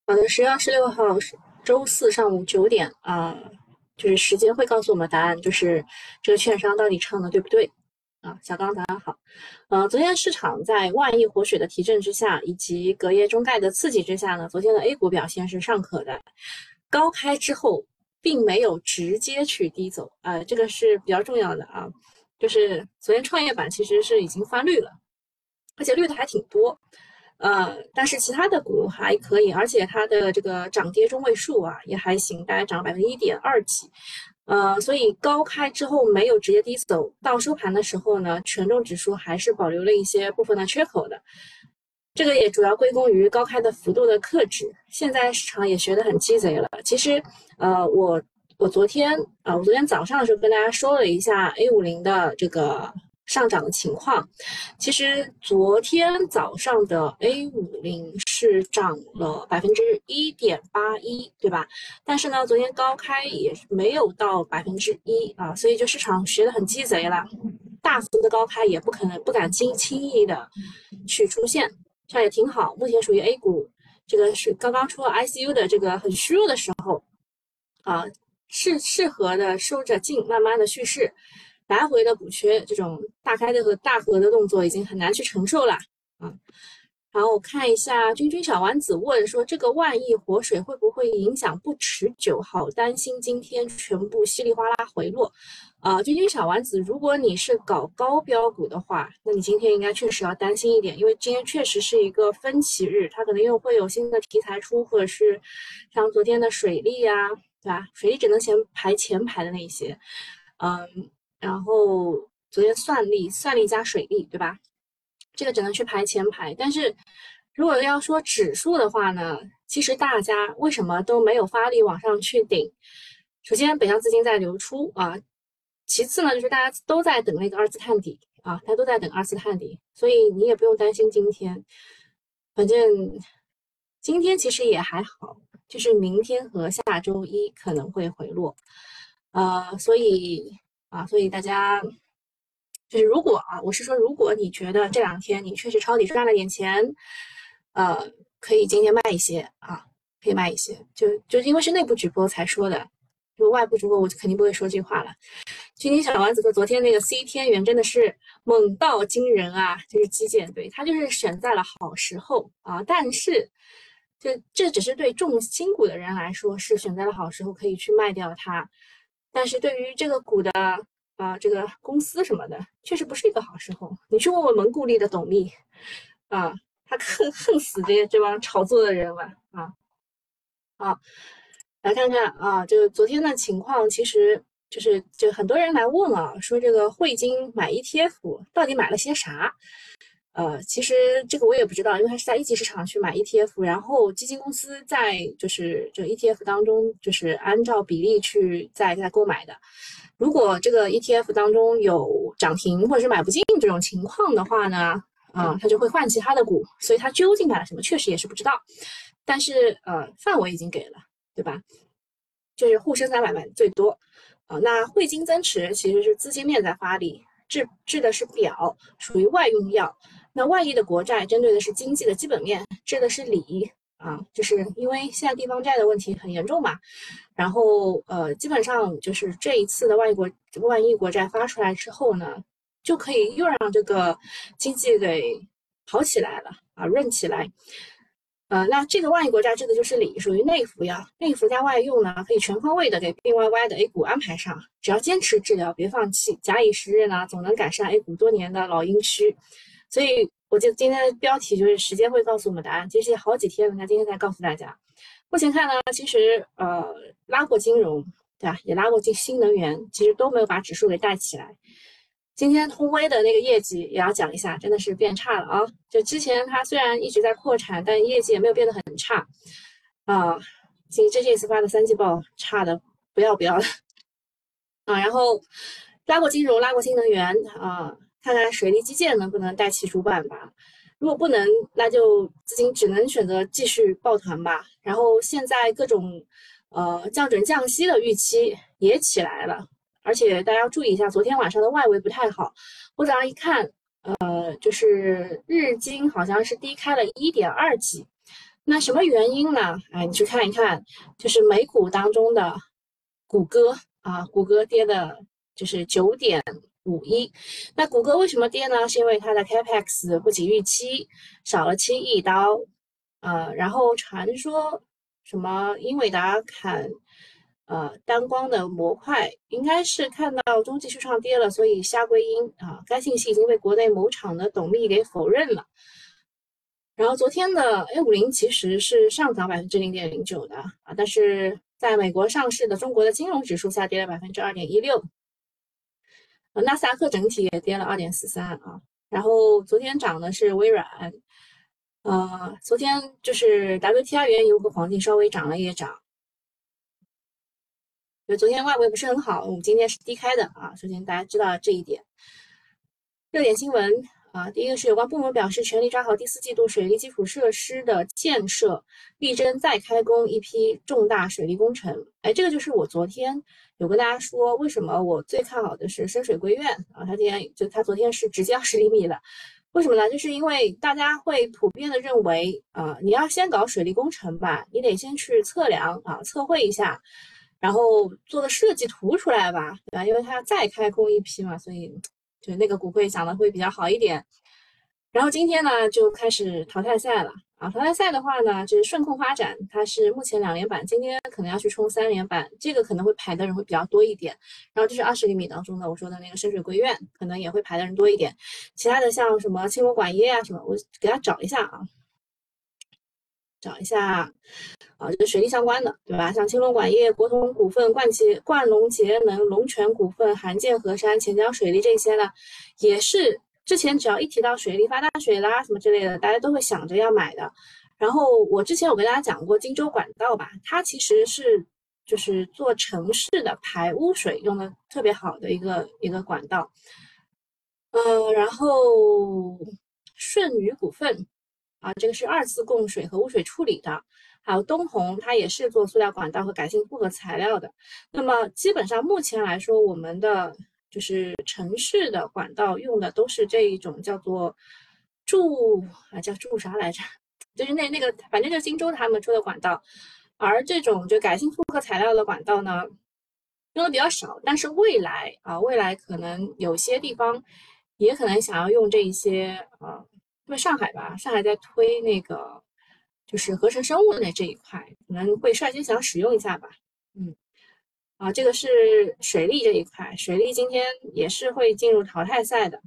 好的10月26号是周四上午9点就是时间会告诉我们答案，就是这个券商到底唱的对不对啊？小刚答案好。昨天市场在万亿活水的提振之下，以及隔夜中概的刺激之下呢，昨天的 A 股表现是尚可的，高开之后并没有直接去低走这个是比较重要的啊。就是昨天创业板其实是已经翻绿了，而且绿的还挺多。但是其他的股还可以，而且它的这个涨跌中位数也还行，大概涨了1.2%几。所以高开之后没有直接低走，到收盘的时候呢，权重指数还是保留了一些部分的缺口的。这个也主要归功于高开的幅度的克制。现在市场也学得很鸡贼了。其实，呃，我我昨天早上的时候跟大家说了一下 A50的这个上涨的情况。其实昨天早上的 A50是涨了1.81%，对吧？但是呢，昨天高开也没有到1%所以就市场学得很鸡贼了。大幅的高开也不敢轻易的去出现，这样也挺好。目前属于 A 股，这个是刚刚出了 ICU 的这个很虚弱的时候啊，是适合的收着劲，慢慢的蓄势，来回的补缺，这种大开的和大合的动作已经很难去承受了啊。然后我看一下君君小丸子问说，这个万亿活水会不会影响不持久？好担心今天全部稀里哗啦回落。君君小丸子，如果你是搞高标股的话，那你今天应该确实要担心一点，因为今天确实是一个分歧日，它可能又会有新的题材出，或者是像昨天的水利对吧？水利只能前排的那些，然后昨天算力加水利，对吧？这个只能去排前排。但是如果要说指数的话呢，其实大家为什么都没有发力往上去顶？首先，北向资金在流出其次呢，就是大家都在等那个二次探底大家都在等二次探底，所以你也不用担心今天，反正今天其实也还好，就是明天和下周一可能会回落，所以大家就是如果我是说，如果你觉得这2天你确实抄底赚了点钱，呃，可以今天卖一些可以卖一些，就因为是内部直播才说的，如果外部直播我就肯定不会说这句话了。君君小丸子说，昨天那个 C 天元真的是猛到惊人就是基建，对，它就是选在了好时候但是这只是对重新股的人来说是选在了好时候可以去卖掉它，但是对于这个股的这个公司什么的，确实不是一个好时候。你去问问蒙古力的董秘啊，他恨死这帮炒作的人了啊！来看看这个昨天的情况，其实就很多人来问说这个汇金买 ETF 到底买了些啥？其实这个我也不知道，因为它是在一级市场去买 ETF，然后基金公司在就是这个 ETF 当中就是按照比例去再购买的。如果这个 ETF 当中有涨停或者是买不进这种情况的话呢，它就会换其他的股，所以它究竟买了什么，确实也是不知道。但是范围已经给了，对吧？就是沪深300买的最多那汇金增持其实是资金面在发力，制的是表，属于外用药。那外溢的国债针对的是经济的基本面，制的是理就是因为现在地方债的问题很严重嘛。然后基本上就是这一次的万亿国债发出来之后呢，就可以又让这个经济给好起来了润起来。那这个万亿国债制的就是理，属于内服药，内服加外用呢，可以全方位的给病歪歪的 A 股安排上，只要坚持治疗，别放弃，假以时日呢，总能改善 A 股多年的老阴区。所以我记得今天的标题就是时间会告诉我们答案，其实好几天了，那今天才告诉大家。目前看呢，其实拉过金融，对吧？也拉过新能源，其实都没有把指数给带起来。今天通威的那个业绩也要讲一下，真的是变差了就之前它虽然一直在扩产，但业绩也没有变得很差其实这次发的3季报差的不要不要的然后拉过金融，拉过新能源看看水利基建能不能带起主板吧。如果不能，那就资金只能选择继续抱团吧。然后现在各种降准降息的预期也起来了。而且大家要注意一下，昨天晚上的外围不太好。我早上一看，就是日经好像是低开了1.2几， 那什么原因呢？哎，你去看一看，就是美股当中的谷歌啊，谷歌跌的就是9.51。那谷歌为什么跌呢？是因为它的 Capex 不及预期，少了7亿刀。然后传说什么英伟达砍单光的模块，应该是看到中继市场跌了，所以下归因啊。该信息已经被国内某厂的董秘给否认了。然后昨天的 A50其实是上涨0.09%的啊，但是在美国上市的中国的金融指数下跌了2.16%，纳斯达克整体也跌了2.43%啊。然后昨天涨的是微软，昨天就是 WTI 原油和黄金稍微涨了也涨，就昨天外围不是很好，我们今天是低开的啊。首先大家知道这一点。热点新闻啊，第一个是有关部门表示全力抓好第四季度水利基础设施的建设，力争再开工一批重大水利工程。哎，这个就是我昨天有跟大家说，为什么我最看好的是深水归院啊？他昨天是直接20厘米的，为什么呢？就是因为大家会普遍的认为你要先搞水利工程吧，你得先去测量啊，测绘一下。然后做个设计图出来吧，对吧？因为它要再开工一批嘛，所以就那个股会涨得会比较好一点。然后今天呢就开始淘汰赛了啊！淘汰赛的话呢，就是顺控发展，它是目前2连板，今天可能要去冲3连板，这个可能会排的人会比较多一点。然后这是20厘米当中的我说的那个深水归院，可能也会排的人多一点。其他的像什么青龙管业啊什么，我给大家找一下啊，找一下。就是水利相关的，对吧？像青龙管业、国统股份、冠龙节能、龙泉股份、韩建河山、钱江水利这些呢，也是之前只要一提到水利发大水啦什么之类的，大家都会想着要买的。然后我之前有跟大家讲过荆州管道吧，它其实是就是做城市的排污水用的特别好的一个管道。然后顺宇股份啊，这个是2次供水和污水处理的。还有东红，它也是做塑料管道和改性复合材料的。那么基本上目前来说，我们的就是城市的管道用的都是这一种叫做叫注啥来着？就是那个，反正就是荆州他们出的管道。而这种就改性复合材料的管道呢，用的比较少。但是未来可能有些地方也可能想要用这一些因为上海吧，上海在推那个就是合成生物的这一块，可能会率先想使用一下吧。这个是水利这一块，水利今天也是会进入淘汰赛的。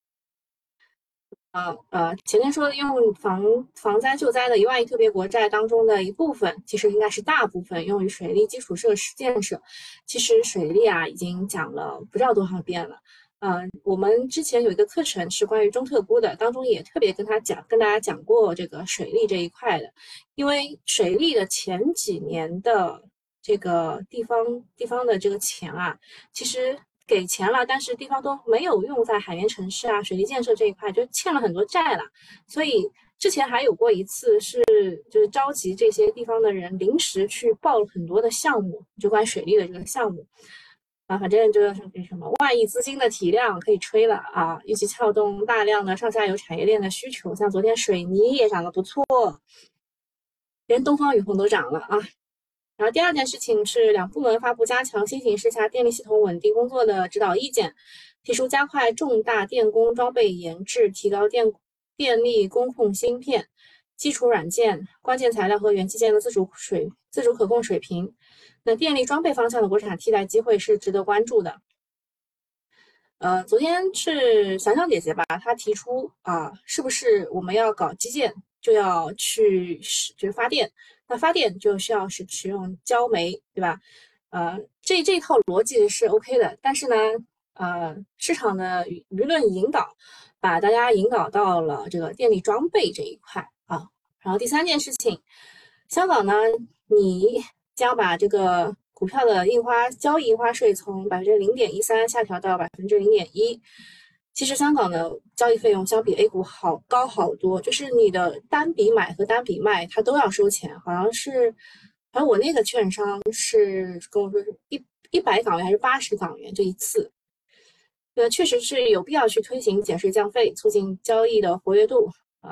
前面说的用防灾救灾的1万亿特别国债当中的一部分，其实应该是大部分用于水利基础设施建设。其实水利已经讲了不知道多少遍了。我们之前有一个课程是关于中特估的，当中也特别跟大家讲过这个水利这一块的，因为水利的前几年的这个地方的这个钱其实给钱了，但是地方都没有用在海绵城市水利建设这一块，就欠了很多债了。所以之前还有过一次就是召集这些地方的人临时去报了很多的项目，就关于水利的这个项目。反正就是什么万亿资金的体量可以吹了预计撬动大量的上下游产业链的需求，像昨天水泥也涨得不错，连东方雨虹都涨了啊。然后第二件事情是，两部门发布加强新型时下电力系统稳定工作的指导意见，提出加快重大电工装备研制，提高电力工控芯片、基础软件、关键材料和元器件的自主可控水平。那电力装备方向的国产替代机会是值得关注的。昨天是想想姐姐吧，她提出是不是我们要搞基建就要去就是发电，那发电就需要使用焦煤，对吧？这一套逻辑是 OK 的，但是呢，市场的舆论引导把大家引导到了这个电力装备这一块啊。然后第三件事情，香港呢，你将把这个股票的交易印花税从0.13%下调到0.1%。其实香港的交易费用相比 A 股好高好多，就是你的单笔买和单笔卖它都要收钱，好像我那个券商是跟我说是100港元还是80港元这一次。确实是有必要去推行减税降费，促进交易的活跃度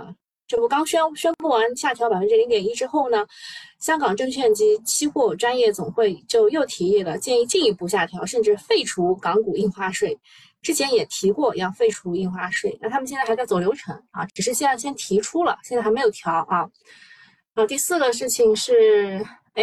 这不刚宣布完下调0.1%之后呢，香港证券及期货专业总会就又提议了，建议进一步下调，甚至废除港股印花税。之前也提过要废除印花税，那他们现在还在走流程啊，只是现在先提出了，现在还没有调啊。第四个事情是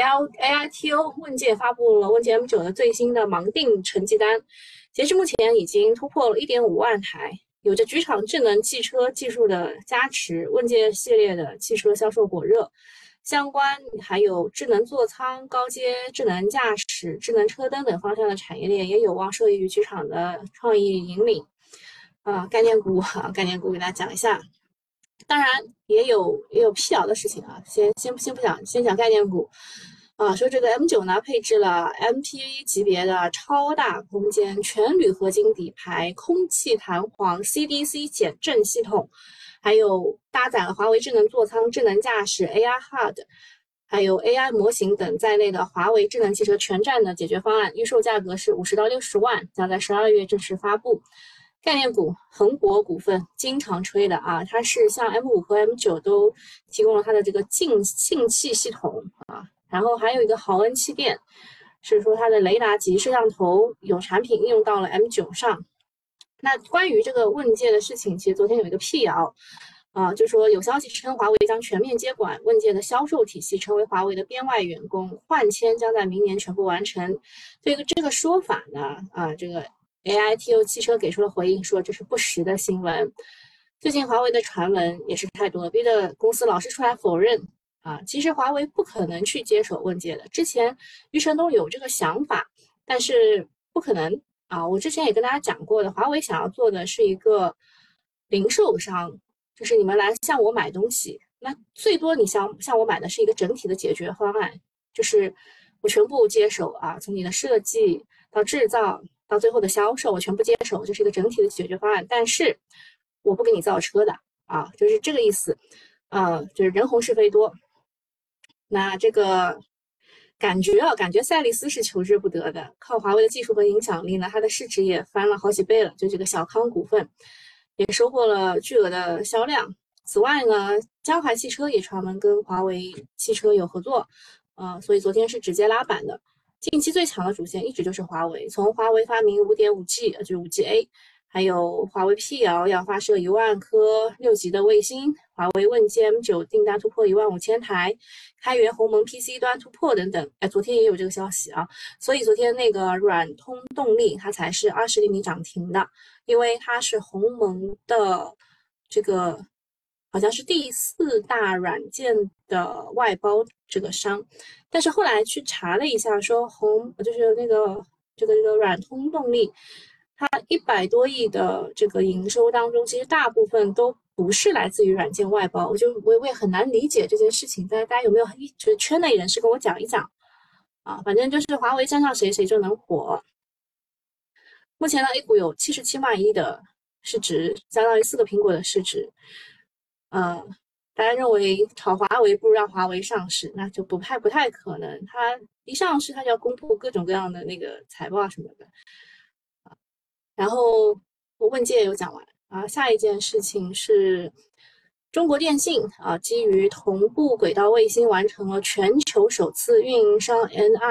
AITO 问界发布了问界 M9 的最新的盲定成绩单，截至目前已经突破了1.5万台。有着局场智能汽车技术的加持，问界系列的汽车销售火热，相关还有智能座舱、高阶智能驾驶、智能车灯等方向的产业链也有望受益于局场的创意引领。概念股给大家讲一下。当然也有辟谣的事情啊，先不讲，先讲概念股。说这个 M9 呢配置了 MPV 级别的超大空间全铝合金底盘、空气弹簧、CDC 减震系统，还有搭载了华为智能座舱、智能驾驶、AI HUD， 还有 AI 模型等在内的华为智能汽车全站的解决方案，预售价格是50到60万，将在12月正式发布。概念股恒国股份经常吹的啊，它是像 M5 和 M9 都提供了它的这个进气系统啊。然后还有一个豪恩气垫，是说它的雷达及摄像头有产品应用到了 M9 上。那关于这个问界的事情，其实昨天有一个辟谣，就说有消息称华为将全面接管问界的销售体系，成为华为的编外员工，换签将在明年全部完成。这个说法呢，这个 AITO 汽车给出了回应，说这是不实的新闻。最近华为的传闻也是太多了，逼得公司老是出来否认。其实华为不可能去接手问界的。之前余承东有这个想法，但是不可能啊。我之前也跟大家讲过的，华为想要做的是一个零售商，就是你们来向我买东西，那最多你向我买的是一个整体的解决方案，就是我全部接手啊，从你的设计到制造到最后的销售，我全部接手，这是一个整体的解决方案。但是我不给你造车的啊，就是这个意思。就是人红是非多。那这个感觉赛力斯是求之不得的，靠华为的技术和影响力呢，它的市值也翻了好几倍了。就这个小康股份也收获了巨额的销量。此外呢，江淮汽车也传闻跟华为汽车有合作，所以昨天是直接拉板的。近期最强的主线一直就是华为，从华为发明 5.5G， 就是 5G-A。还有华为辟谣要发射1万颗6级的卫星，华为问界 M9 订单突破15000台，开源鸿蒙 PC 端突破等等。昨天也有这个消息啊，所以昨天那个软通动力它才是20厘米涨停的，因为它是鸿蒙的这个好像是第4大软件的外包这个商，但是后来去查了一下，说就是这个软通动力。它100多亿的这个营收当中，其实大部分都不是来自于软件外包，我也很难理解这件事情。大家有没有就是圈内人士跟我讲一讲啊？反正就是华为沾上谁就能火。目前呢 ，A 股有77万亿的市值，相当于4个苹果的市值。大家认为炒华为不如让华为上市，那就不太可能。它一上市，它就要公布各种各样的那个财报什么的。然后我问界有讲完啊，下一件事情是中国电信基于同步轨道卫星完成了全球首次运营商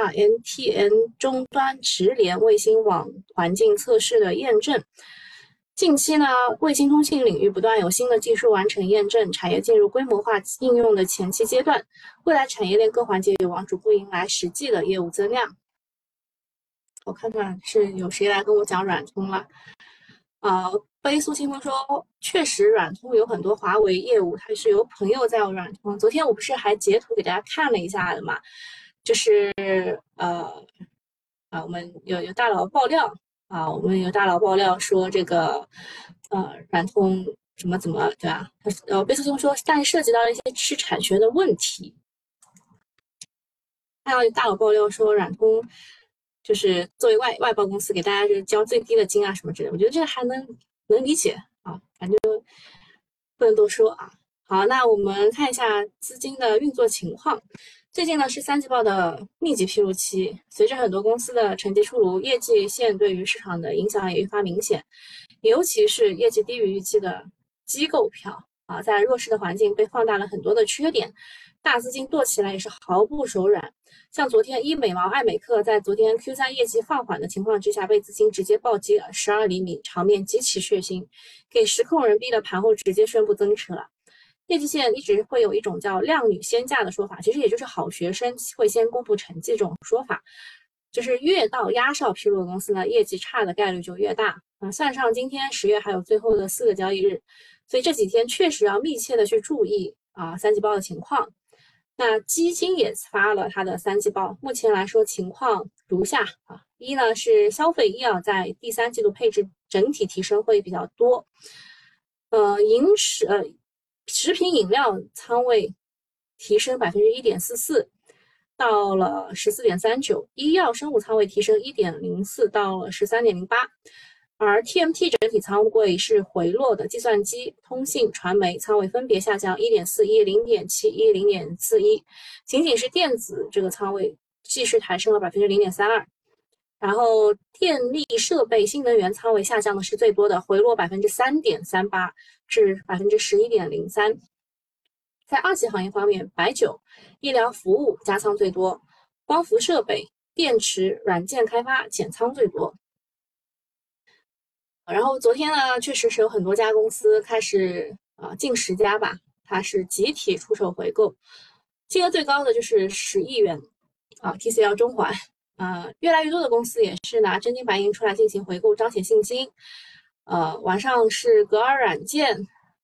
NRNTN 终端直连卫星网环境测试的验证。近期呢，卫星通信领域不断有新的技术完成验证，产业进入规模化应用的前期阶段，未来产业链各环节有望逐步迎来实际的业务增量。我看看是有谁来跟我讲软通了。悲苏清风说，确实软通有很多华为业务，它是有朋友在有软通。昨天我不是还截图给大家看了一下的嘛，就是我们有大佬爆料我们有大佬爆料说这个软通怎么对吧？悲苏清风说，但涉及到了一些知识产权的问题。还有大佬爆料说软通就是作为外包公司给大家就是交最低的金什么之类的，我觉得这个还能理解啊，反正不能多说啊。好，那我们看一下资金的运作情况。最近呢是3季报的密集披露期，随着很多公司的成绩出炉，业绩线对于市场的影响也愈发明显，尤其是业绩低于预期的机构票啊，在弱势的环境被放大了很多的缺点，大资金剁起来也是毫不手软。像昨天医美毛、爱美克在昨天 Q3 业绩放缓的情况之下，被资金直接暴击了12厘米，场面极其血腥，给实控人逼的盘后直接宣布增持了。业绩线一直会有一种叫靓女先嫁的说法，其实也就是好学生会先公布成绩这种说法，就是越到压哨披露的公司呢，业绩差的概率就越大。算上今天10月还有最后的4个交易日，所以这几天确实要密切的去注意三季报的情况。那基金也发了它的3季报，目前来说情况如下啊。一呢是消费医药在第3季度配置整体提升会比较多，食品饮料仓位提升1.44%，到了14.39%，医药生物仓位提升1.04%，到了13.08%。而 TMT 整体仓位是回落的，计算机、通信、传媒仓位分别下降1.41、0.71、0.41，仅仅是电子这个仓位继续抬升了0.32%。然后电力设备、新能源仓位下降的是最多的，回落3.38%至11.03%。在二级行业方面，白酒、医疗服务加仓最多，光伏设备、电池、软件开发减仓最多。然后昨天呢，确实是有很多家公司开始近10家吧，它是集体出手回购，金额最高的就是10亿元TCL 中环。越来越多的公司也是拿真金白银出来进行回购，彰显信心。晚上是格尔软件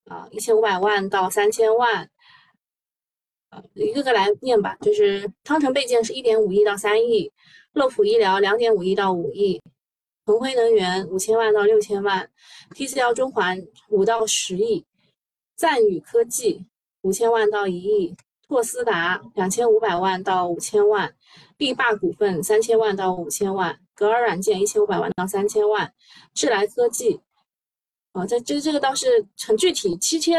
1500万到3000万，一个个来念吧，就是汤臣倍健是1.5亿到3亿，乐普医疗2.5亿到5亿，恒辉能源5000万到6000万 ，TCL 中环5到10亿，赞宇科技5000万到1亿，拓斯达2500万到5000万，力霸股份3000万到5000万，格尔软件1500万到3000万，智来科技这个倒是很具体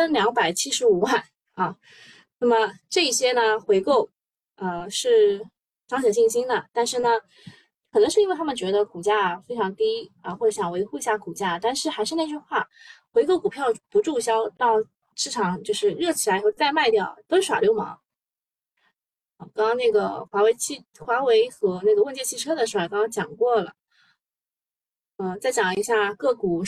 ，7275万啊。那么这一些呢，回购是彰显信心的，但是呢，可能是因为他们觉得股价非常低或者想维护一下股价，但是还是那句话，回购股票不注销，到市场就是热起来以后再卖掉，都是耍流氓。刚刚那个华为和那个问界汽车的事儿刚刚讲过了。再讲一下个股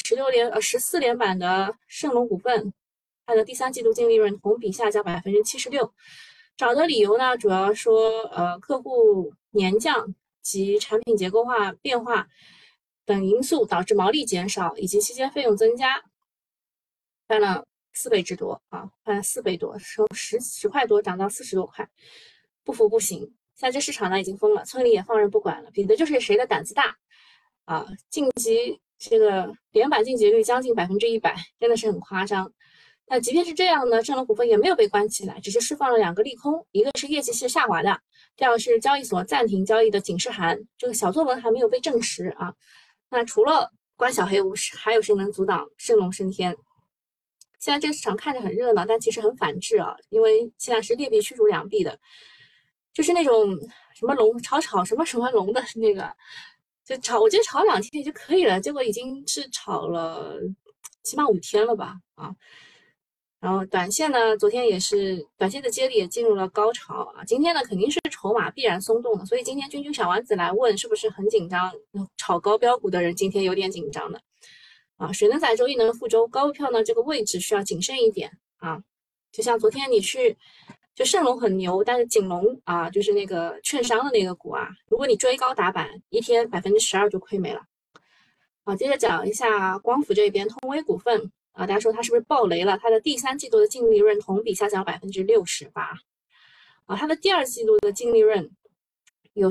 14连板的盛隆股份，它的第3季度净利润同比下降76%，找的理由呢，主要说客户年降及产品结构化变化等因素导致毛利减少，以及期间费用增加，翻了4倍之多翻了4倍多，从10块多涨到40多块，不服不行。现在这市场呢已经疯了，村里也放任不管了，比的就是谁的胆子大。晋级这个连板晋级率将近100%，真的是很夸张。那即便是这样呢，盛隆股份也没有被关起来，只是释放了2个利空，一个是业绩是下滑的，第二个是交易所暂停交易的警示函，这个小作文还没有被证实那除了关小黑屋，还有谁能阻挡盛隆升天？现在这个市场看着很热闹，但其实很反制因为现在是劣币驱逐良币的，就是那种什么龙炒什么龙的那个。我觉得炒2天就可以了，结果已经是炒了起码5天了吧然后短线呢，昨天也是短线的接力也进入了高潮今天呢肯定是筹码必然松动的，所以今天君君小丸子来问是不是很紧张？炒高标股的人今天有点紧张的水能载舟亦能覆舟，高票呢这个位置需要谨慎一点就像昨天你去。就盛隆很牛，但是锦龙就是那个券商的那个股如果你追高打板，一天12%就亏没了。接着讲一下光伏这边，通威股份大家说它是不是爆雷了？它的第3季度的净利润同比下降68%它的第2季度的净利润有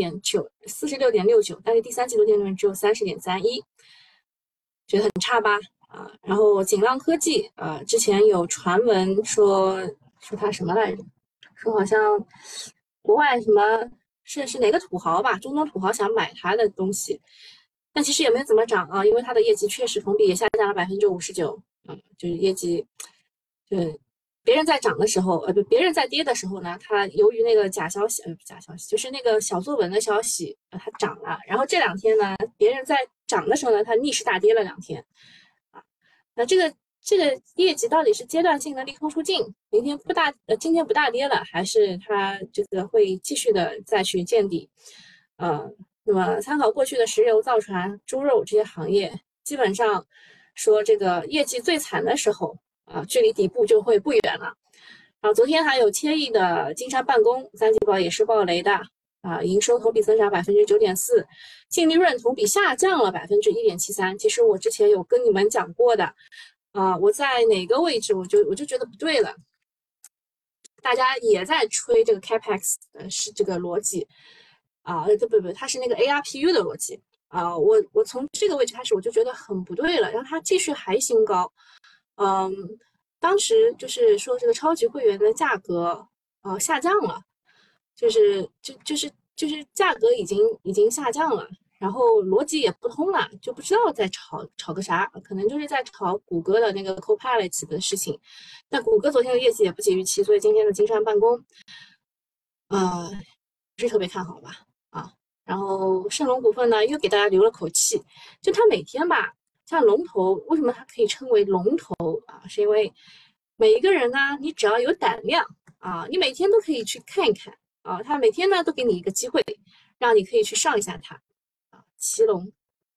46.69，但是第3季度净利润只有30.31，觉得很差吧？然后锦浪科技之前有传闻说它什么来着？说好像国外什么是哪个土豪吧，中东土豪想买它的东西，但其实也没有怎么涨因为它的业绩确实同比也下降了59%，就是业绩，别人在涨的时候，别人在跌的时候呢，它由于那个假消息，就是那个小作文的消息，它涨了，然后这2天呢，别人在涨的时候呢，它逆势大跌了2天那这个这个业绩到底是阶段性的利空出尽，今天不大跌了，还是它这个会继续的再去见底？那么参考过去的石油、造船、猪肉这些行业，基本上说这个业绩最惨的时候距离底部就会不远了。然后昨天还有千亿的金山办公三季报也是爆雷的营收同比增长9.4%，净利润同比下降了1.73%。其实我之前有跟你们讲过的。我在哪个位置我就觉得不对了，大家也在吹这个 capex 是这个逻辑不，它是那个 ARPU 的逻辑我从这个位置开始我就觉得很不对了，然后它继续还新高，当时就是说这个超级会员的价格下降了，就是价格已经下降了。然后逻辑也不通了，就不知道在炒个啥，可能就是在炒谷歌的那个 Copilot 的事情。但谷歌昨天的业绩也不及预期，所以今天的金山办公，不是特别看好吧？然后盛隆股份呢，又给大家留了口气，就它每天吧，像龙头，为什么它可以称为龙头是因为每一个人呢，你只要有胆量你每天都可以去看一看它每天呢都给你一个机会，让你可以去上一下它。奇隆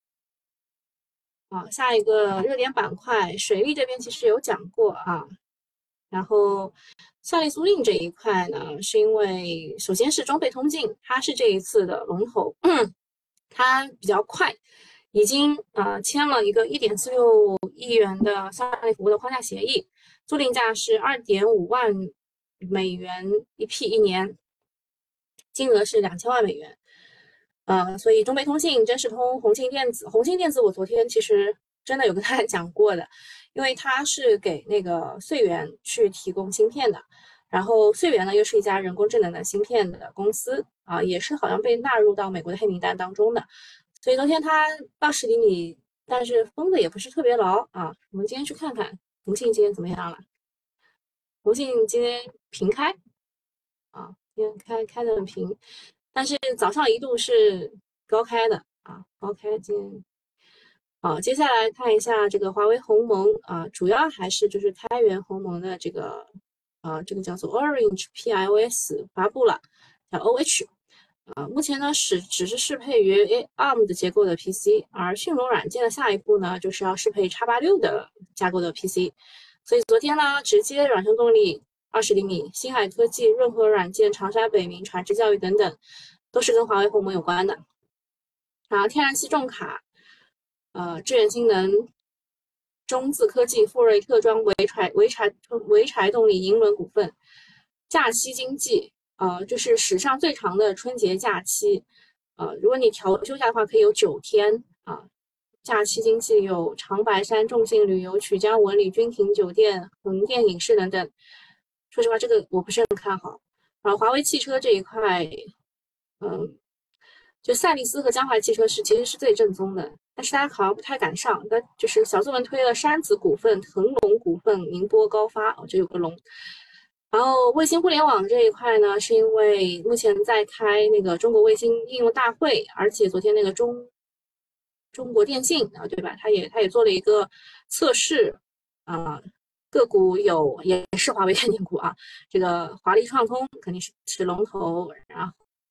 下一个热点板块，水利这边其实有讲过然后效力租赁这一块呢，是因为首先是中贝通信，它是这一次的龙头，它比较快，已经签了一个1.46亿元的效力服务的框架协议，租赁价是2.5万美元一批一年，金额是2000万美元。所以中贝通信、真实通、红信电子，红信电子我昨天其实真的有跟大家讲过的，因为它是给那个穗源去提供芯片的，然后穗源呢又是一家人工智能的芯片的公司也是好像被纳入到美国的黑名单当中的，所以昨天它20厘米，但是封的也不是特别牢我们今天去看看红信今天怎么样了，红信今天平开今天开的很平。但是早上一度是高开的高开今天接下来看一下这个华为鸿蒙主要还是就是开源鸿蒙的这个这个叫做 Orange PIOS 发布了，叫 OH 目前呢只是适配于 ARM 的结构的 PC， 而迅龙软件的下一步呢就是要适配 X86 的架构的 PC， 所以昨天呢直接软生动力20厘米，星海科技、润和软件、长沙北明、传智教育等等，都是跟华为鸿蒙有关的。然后天然气重卡，致远新能、中字科技、富瑞特装、潍柴动力、银轮股份。假期经济，就是史上最长的春节假期，如果你调休假的话，可以有9天假期经济有长白山、众信旅游、曲江文旅、君庭酒店、横店影视等等。说实话，这个我不是很看好。然后华为汽车这一块，就赛力斯和江淮汽车其实是最正宗的，但是大家好像不太敢上。那就是小作文推了山子股份、腾龙股份、宁波高发这有个龙。然后卫星互联网这一块呢，是因为目前在开那个中国卫星应用大会，而且昨天那个中国电信对吧？它也做了一个测试个股也是华为概念股这个华丽创通肯定是龙头，然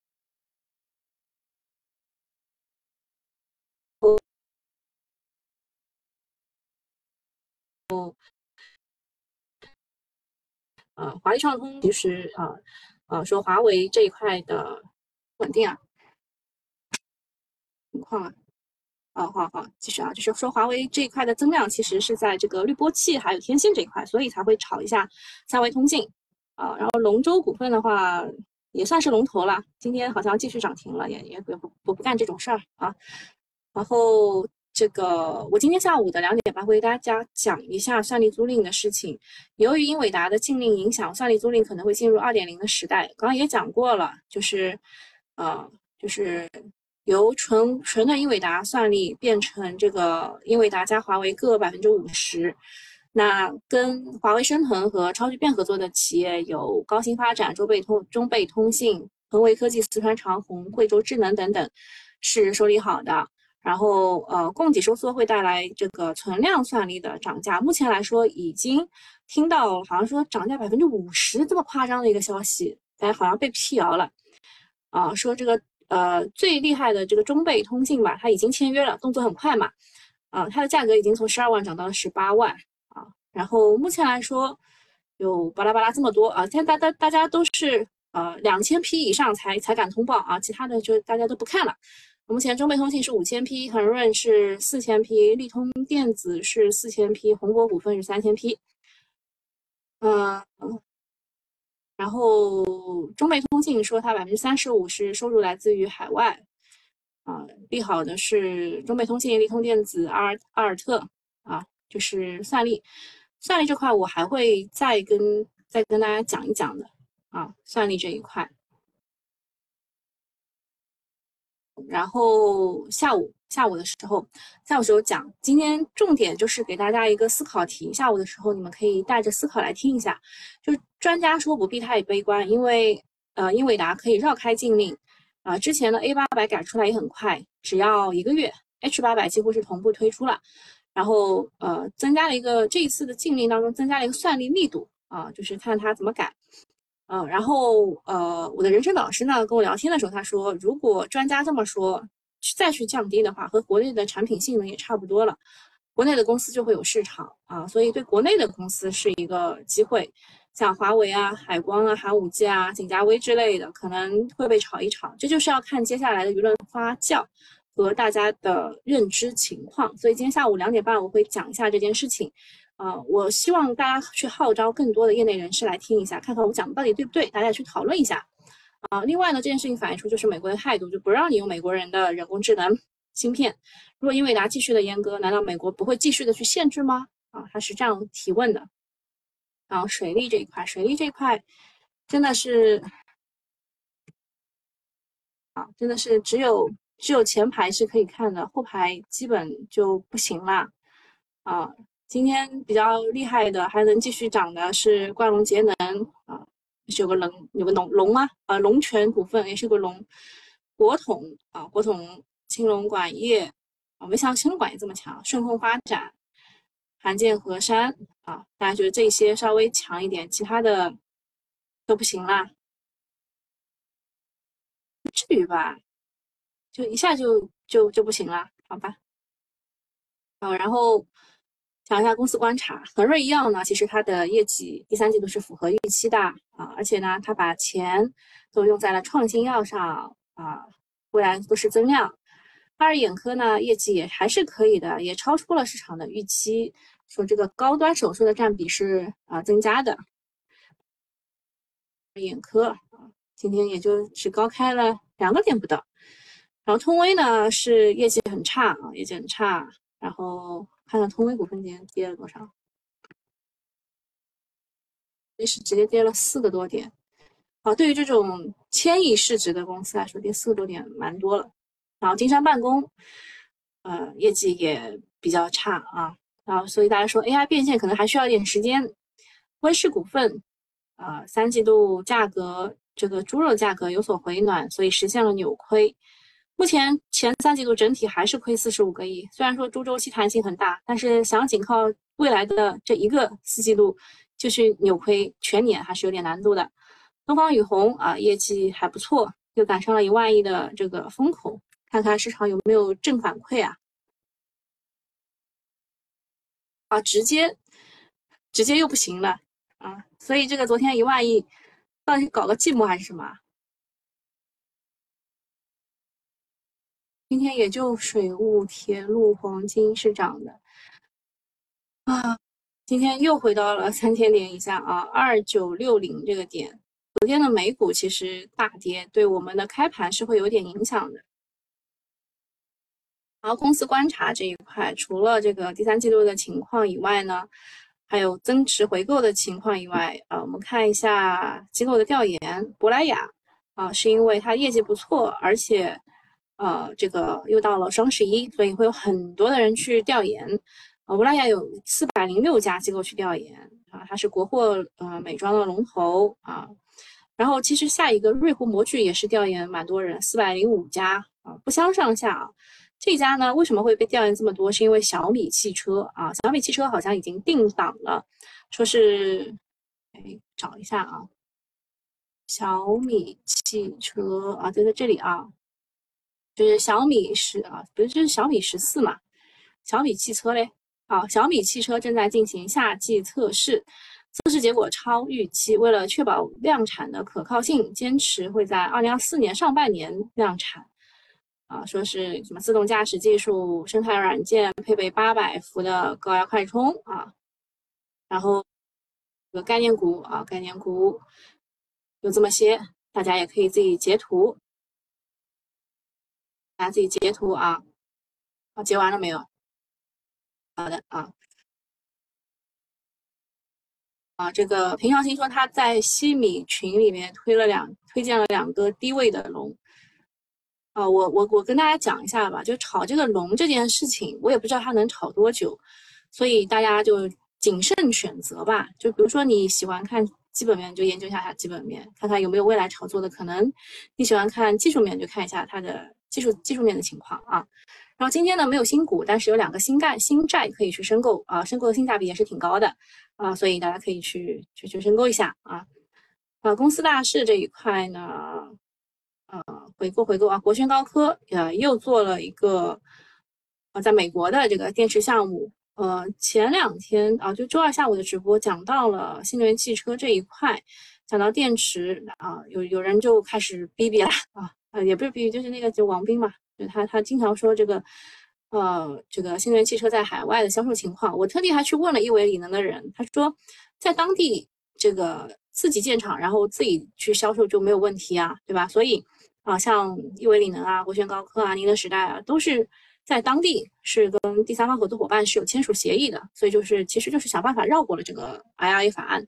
后华丽创通其实说华为这一块的稳定情况好，继续就是说华为这一块的增量其实是在这个滤波器还有天线这一块，所以才会炒一下三维通信然后龙舟股份的话也算是龙头了，今天好像继续涨停了，也不干这种事儿然后这个我今天下午的2点半会给大家讲一下算力租赁的事情。由于英伟达的禁令影响，算力租赁可能会进入2.0的时代。刚刚也讲过了，就是由纯的英伟达算力变成这个英伟达加华为各50%。那跟华为升腾和超级变合作的企业有高新发展、中贝通信、恒维科技、四川长虹、贵州智能等等，是受利好的。 然后供给收缩会带来这个存量算力的涨价。目前来说，已经听到好像说涨价50%这么夸张的一个消息，大家好像被辟谣了啊，说这个最厉害的这个中贝通信吧，它已经签约了，动作很快嘛，啊，它的价格已经从12万涨到了18万啊。然后目前来说，有巴拉巴拉这么多啊，现在大家都是2000批以上才敢通报啊，其他的就大家都不看了。目前中贝通信是5000批，恒润是4000批，利通电子是4000批，宏博股份是3000批。然后中贝通信说它35%是收入来自于海外，利好的是中贝通信、利通电子、阿尔特啊，就是算力。算力这块我还会再跟大家讲一讲的啊，算力这一块。然后下午的时候讲，今天重点就是给大家一个思考题，下午的时候你们可以带着思考来听一下。就是专家说不必太悲观，因为英伟达可以绕开禁令之前的 A800改出来也很快，只要1个月 ，H800几乎是同步推出了，然后增加了一个这一次的禁令当中增加了一个算力力度就是看它怎么改。然后我的人生导师呢跟我聊天的时候，他说，如果专家这么说，再去降低的话，和国内的产品性能也差不多了，国内的公司就会有市场所以对国内的公司是一个机会，像华为啊、海光啊、寒武纪啊、景嘉微之类的，可能会被炒一炒，这就是要看接下来的舆论发酵和大家的认知情况。所以今天下午2点半我会讲一下这件事情。我希望大家去号召更多的业内人士来听一下，看看我讲的到底对不对，大家去讨论一下。另外呢，这件事情反映出就是美国的态度，就不让你用美国人的人工智能芯片。如果英伟达继续的阉割，难道美国不会继续的去限制吗？他是这样提问的。然后水利这一块真的是真的是只有前排是可以看的，后排基本就不行了今天比较厉害的还能继续涨的是冠龙节能是有个龙吗？龙泉股份也是个龙，国统、青龙管业没想到青龙管业这么强，顺丰发展、韩建河山大家觉得这些稍微强一点，其他的都不行啦，不至于吧？就一下就不行了，好吧？然后讲一下公司观察，恒瑞医药呢，其实它的业绩第三季度是符合预期的而且呢，它把钱都用在了创新药上未来都是增量。阿尔眼科呢，业绩也还是可以的，也超出了市场的预期，说这个高端手术的占比是增加的。眼科今天也就只高开了2个点不到。然后通威呢是业绩很差业绩很差。然后看看通威股份今天跌了多少，也是直接跌了4个多点对于这种1000亿市值的公司来说，跌4个多点蛮多了。然后金山办公业绩也比较差然后所以大家说 AI 变现可能还需要一点时间。温氏股份3季度价格这个猪肉价格有所回暖，所以实现了扭亏。目前前3季度整体还是亏45个亿，虽然说猪周期弹性很大，但是想仅靠未来的这一个4季度就去扭亏全年还是有点难度的。东方雨虹业绩还不错，又赶上了1万亿的这个风口，看看市场有没有正反馈直接又不行了所以这个昨天1万亿到底是搞个寂寞还是什么今天也就水务、铁路、黄金是涨的今天又回到了3000点以下2960这个点。昨天的美股其实大跌，对我们的开盘是会有点影响的。然后公司观察这一块，除了这个第三季度的情况以外呢，还有增持回购的情况以外我们看一下机构的调研，珀莱雅是因为它业绩不错，而且这个又到了双11，所以会有很多的人去调研。珀莱雅有406家机构去调研它是国货美妆的龙头然后其实下一个瑞湖模具也是调研蛮多人，405家不相上下这家呢为什么会被调研这么多？是因为小米汽车啊，小米汽车好像已经定档了，说是，哎，找一下啊，小米汽车啊，就在这里啊，就是小米不是就是小米14嘛，小米汽车嘞啊，小米汽车正在进行夏季测试，测试结果超预期。为了确保量产的可靠性，坚持会在2024年上半年量产。啊，说是什么自动驾驶技术、生态软件，配备800伏的高压快充啊，然后有个概念股啊，概念股有这么些，大家也可以自己截图，大家自己截图啊。啊，截完了没有？好的啊。啊，这个平常心说他在西米群里面推荐了两个低位的龙。啊，我跟大家讲一下吧，就炒这个龙这件事情，我也不知道它能炒多久，所以大家就谨慎选择吧。就比如说你喜欢看基本面，就研究一下它基本面，看看有没有未来炒作的可能；你喜欢看技术面，就看一下它的技术面的情况啊。然后今天呢没有新股，但是有两个新债可以去申购啊，申购的性价比也是挺高的啊，所以大家可以去申购一下啊。公司大事这一块呢，回购啊，国轩高科又做了一个在美国的这个电池项目。前两天啊，就周二下午的直播讲到了新能源汽车这一块，讲到电池啊，有人就开始逼逼了也不是逼逼，就是那个就王斌嘛，就他经常说这个新能源汽车在海外的销售情况，我特地还去问了亿维锂能的人，他说在当地这个自己建厂，然后自己去销售就没有问题啊，对吧？所以啊，像亿维锂能啊、国轩高科啊、宁德时代啊，都是在当地是跟第三方合作伙伴是有签署协议的，所以其实就是想办法绕过了这个 IRA 法案。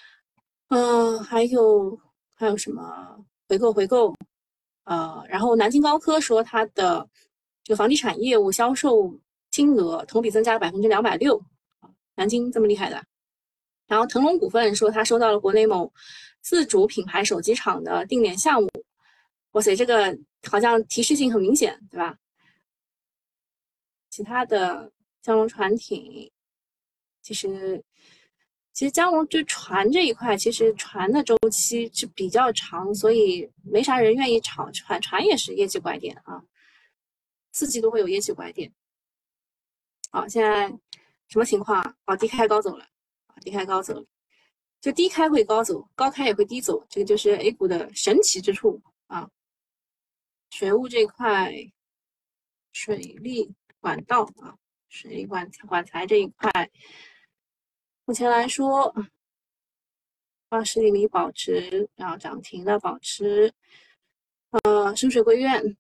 还有什么回购？然后南京高科说它的这个房地产业务销售金额同比增加了260%，南京这么厉害的。然后腾龙股份说它收到了国内某自主品牌手机厂的定点项目，哇塞，这个好像提示性很明显，对吧？其他的江龙船艇，其实江龙就船这一块，其实船的周期是比较长，所以没啥人愿意炒船。船也是业绩拐点啊，四季度会有业绩拐点。好，现在什么情况啊？低开高走了，低开高走了，就低开会高走，高开也会低走，这个就是 A 股的神奇之处啊。水务这一块，水利管道啊，水利管材这一块，目前来说，20厘米保持，然后涨停的保持。深水归院，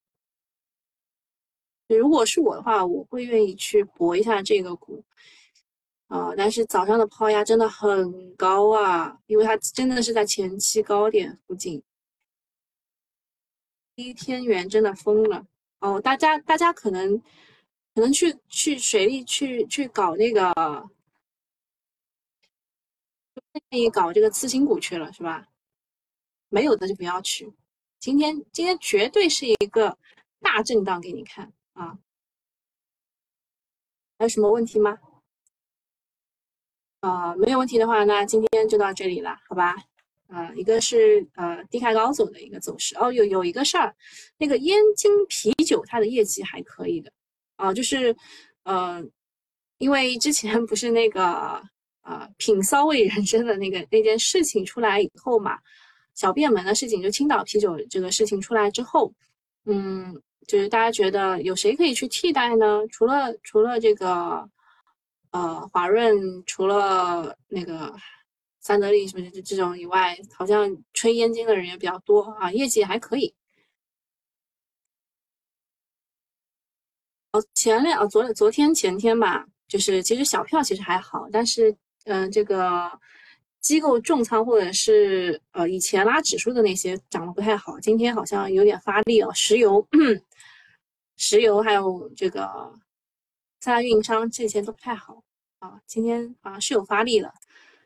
如果是我的话，我会愿意去搏一下这个股但是早上的抛压真的很高啊，因为它真的是在前期高点附近，第一天元真的疯了哦。大家可能去水利去搞那个，愿意搞这个次新股去了是吧？没有的就不要去。今天绝对是一个大震荡给你看啊！还有什么问题吗？没有问题的话，那今天就到这里了，好吧？一个是低开高走的一个走势哦，有一个事儿，那个燕京啤酒它的业绩还可以的就是因为之前不是那个品骚味人生的那件事情出来以后嘛，小便门的事情，就青岛啤酒这个事情出来之后，就是大家觉得有谁可以去替代呢？除了这个华润，除了那个三得利什么这种以外，好像吹燕京的人也比较多啊，业绩也还可以。昨天前天吧，就是其实小票其实还好，但是这个机构重仓或者是以前拉指数的那些涨得不太好，今天好像有点发力了。石油、石油还有这个三大运营商这些都不太好今天是有发力了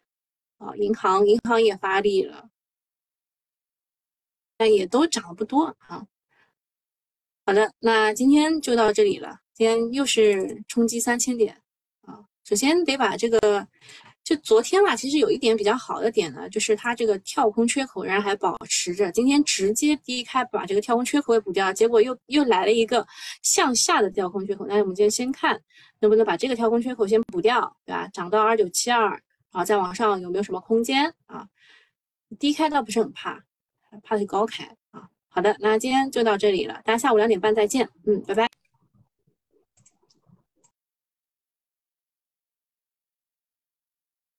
银行也发力了，但也都涨不多好的，那今天就到这里了。今天又是冲击3000点啊！首先得把这个，就昨天嘛，其实有一点比较好的点呢，就是它这个跳空缺口仍然还保持着。今天直接低开把这个跳空缺口也补掉，结果又来了一个向下的跳空缺口。那我们今天先看能不能把这个跳空缺口先补掉，对吧？涨到2972，然后再往上有没有什么空间啊？低开倒不是很怕，怕的是高开啊。好的，那今天就到这里了，大家下午2点半再见。拜拜。